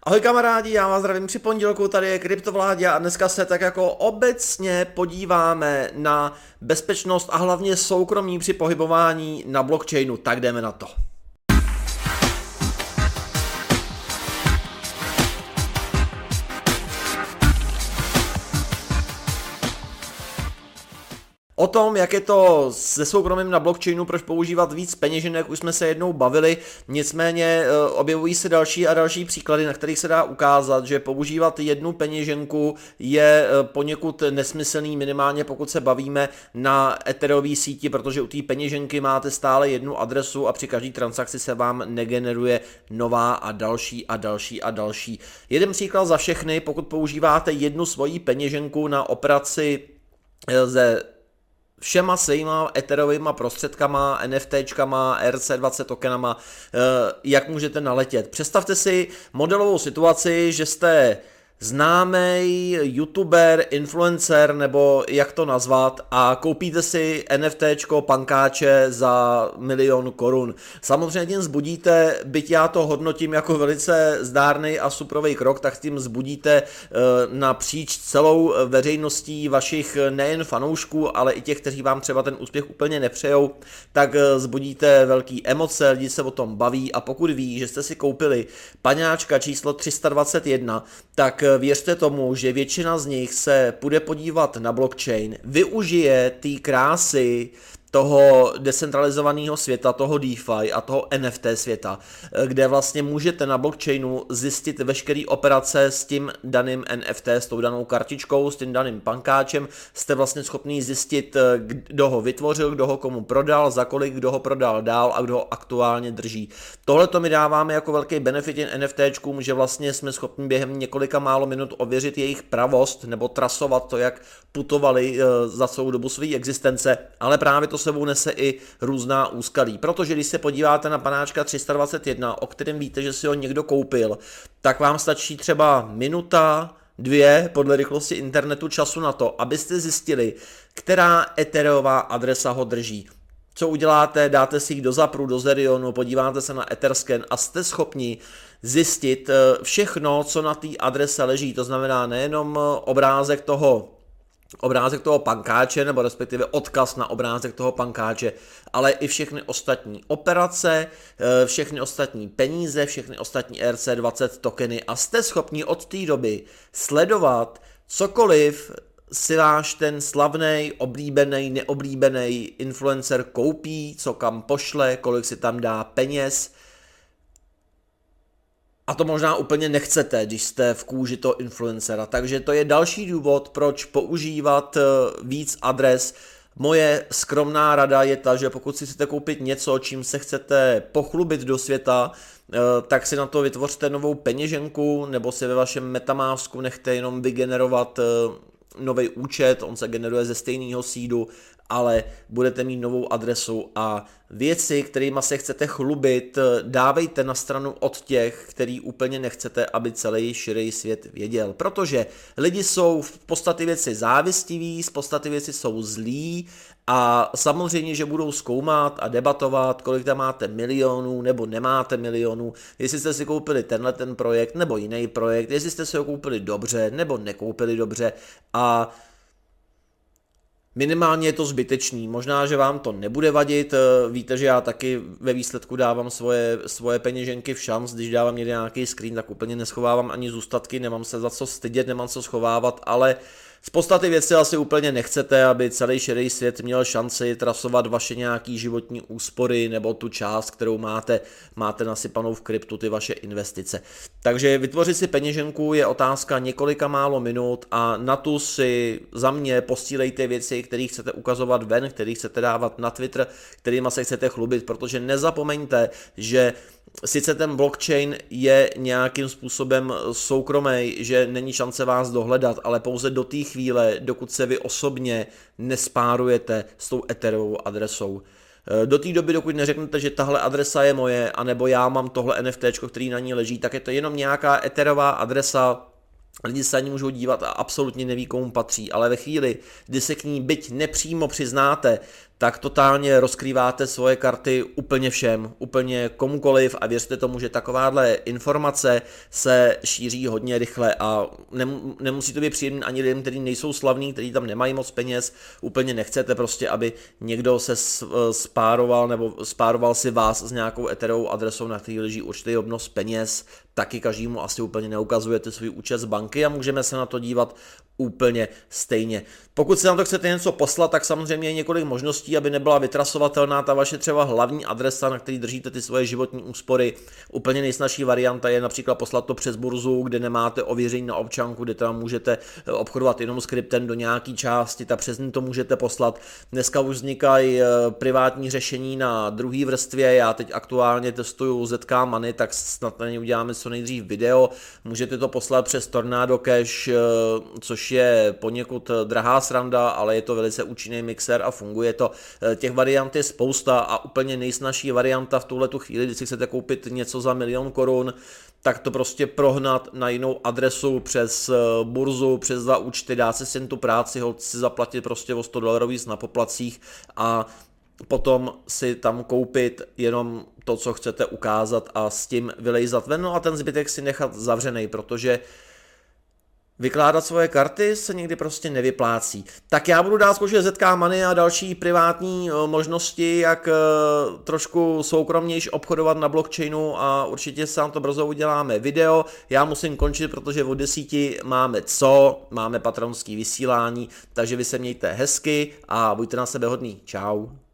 Ahoj kamarádi, já vás zdravím při pondělku, tady je Kryptovládě a dneska se tak jako obecně podíváme na bezpečnost a hlavně soukromí při pohybování na blockchainu, tak jdeme na to. O tom, jak je to se soukromím na blockchainu, proč používat víc peněženek, už jsme se jednou bavili, nicméně objevují se další a další příklady, na kterých se dá ukázat, že používat jednu peněženku je poněkud nesmyslný, minimálně pokud se bavíme na Etherové síti, protože u té peněženky máte stále jednu adresu a při každé transakci se vám negeneruje nová a další a další a další. Jeden příklad za všechny, pokud používáte jednu svoji peněženku na operaci ze všema svýma etherovýma prostředkama, NFTčkama, ERC20 tokenama, jak můžete naletět. Představte si modelovou situaci, že jste známý youtuber, influencer, nebo jak to nazvat, a koupíte si NFTčko pankáče za 1 000 000 korun. Samozřejmě tím zbudíte, byť já to hodnotím jako velice zdárný a suprovej krok, tak tím zbudíte napříč celou veřejností vašich nejen fanoušků, ale i těch, kteří vám třeba ten úspěch úplně nepřejou, tak zbudíte velký emoce, lidi se o tom baví a pokud ví, že jste si koupili paňáčka číslo 321, tak věřte tomu, že většina z nich se půjde podívat na blockchain, využije té krásy toho decentralizovaného světa, toho DeFi a toho NFT světa, kde vlastně můžete na blockchainu zjistit veškeré operace s tím daným NFT, s tou danou kartičkou, s tím daným pankáčem, jste vlastně schopný zjistit, kdo ho vytvořil, kdo ho komu prodal, za kolik, kdo ho prodal dál a kdo ho aktuálně drží. Tohle to my dáváme jako velký benefit NFTčkům, že vlastně jsme schopni během několika málo minut ověřit jejich pravost nebo trasovat to, jak putovali za celou dobu své existence, ale právě to sebou nese i různá úskalí, protože když se podíváte na panáčka 321, o kterém víte, že si ho někdo koupil, tak vám stačí třeba minuta, 2 podle rychlosti internetu času na to, abyste zjistili, která ethereová adresa ho drží. Co uděláte? Dáte si jich do Zapru, do Zerionu, podíváte se na Etherscan a jste schopni zjistit všechno, co na té adrese leží. To znamená nejenom obrázek toho pankáče, nebo respektive odkaz na obrázek toho pankáče, ale i všechny ostatní operace, všechny ostatní peníze, všechny ostatní ERC20 tokeny a jste schopni od té doby sledovat cokoliv si váš ten slavnej, oblíbený, neoblíbený influencer koupí, co kam pošle, kolik si tam dá peněz. A to možná úplně nechcete, když jste v kůži toho influencera. Takže to je další důvod, proč používat víc adres. Moje skromná rada je ta, že pokud si chcete koupit něco, čím se chcete pochlubit do světa, tak si na to vytvořte novou peněženku, nebo si ve vašem MetaMasku nechte jenom vygenerovat nový účet, on se generuje ze stejného seedu, ale budete mít novou adresu a věci, kterými se chcete chlubit, dávejte na stranu od těch, který úplně nechcete, aby celý širý svět věděl. Protože lidi jsou v podstatě věci závistiví, z podstaty věci jsou zlí a samozřejmě, že budou zkoumat a debatovat, kolik tam máte milionů nebo nemáte milionů, jestli jste si koupili tenhle ten projekt nebo jiný projekt, jestli jste si ho koupili dobře nebo nekoupili dobře a minimálně je to zbytečný, možná, že vám to nebude vadit, víte, že já taky ve výsledku dávám svoje peněženky v šanc, když dávám někde nějaký screen, tak úplně neschovávám ani zůstatky, nemám se za co stydět, nemám co schovávat, ale z podstaty věci asi úplně nechcete, aby celý širý svět měl šanci trasovat vaše nějaký životní úspory nebo tu část, kterou máte nasypanou v kryptu, ty vaše investice. Takže vytvořit si peněženku je otázka několika málo minut a na tu si za mě posílejte věci, které chcete ukazovat ven, které chcete dávat na Twitter, kterýma se chcete chlubit, protože nezapomeňte, že sice ten blockchain je nějakým způsobem soukromý, že není šance vás dohledat, ale pouze do té chvíle, dokud se vy osobně nespárujete s tou ethereovou adresou. Do té doby, dokud neřeknete, že tahle adresa je moje, anebo já mám tohle NFTčko, který na ní leží, tak je to jenom nějaká ethereová adresa, lidi se na ní můžou dívat a absolutně neví, komu patří, ale ve chvíli, kdy se k ní byť nepřímo přiznáte, tak totálně rozkrýváte svoje karty úplně všem, úplně komukoliv a věřte tomu, že takováhle informace se šíří hodně rychle a nemusí to být příjemný ani lidem, kteří nejsou slavní, kteří tam nemají moc peněz, úplně nechcete prostě, aby někdo se spároval nebo spároval si vás s nějakou ethereovou adresou, na který leží určitý obnos peněz, taky každému asi úplně neukazujete svůj účet z banky a můžeme se na to dívat úplně stejně. Pokud si na to chcete něco poslat, tak samozřejmě je několik možností, aby nebyla vytrasovatelná ta vaše třeba hlavní adresa, na který držíte ty svoje životní úspory. Úplně nejsnažší varianta je například poslat to přes burzu, kde nemáte ověření na občanku, kde tam můžete obchodovat jenom s kryptem do nějaký části, tak přes ní to můžete poslat. Dneska už vznikají privátní řešení na druhé vrstvě, já teď aktuálně testuju ZK Money, tak snad na ně uděláme co nejdřív video. Můžete to poslat přes Tornado Cash, což je poněkud drahá sranda, ale je to velice účinný mixer a funguje to. Těch variant je spousta a úplně nejsnažší varianta v tuhletu chvíli, když si chcete koupit něco za 1 000 000 korun, tak to prostě prohnat na jinou adresu přes burzu, přes 2 účty, dá si tu práci, si zaplatit prostě o $100 víc na poplacích a potom si tam koupit jenom to, co chcete ukázat a s tím vylejzat ven, no a ten zbytek si nechat zavřenej, protože vykládat svoje karty se někdy prostě nevyplácí. Tak já budu dál zkoušet ZK Money a další privátní možnosti, jak trošku soukromnější obchodovat na blockchainu a určitě se nám to brzo uděláme video. Já musím končit, protože od 10 máme patronský vysílání, takže vy se mějte hezky a buďte na sebe hodný. Čau.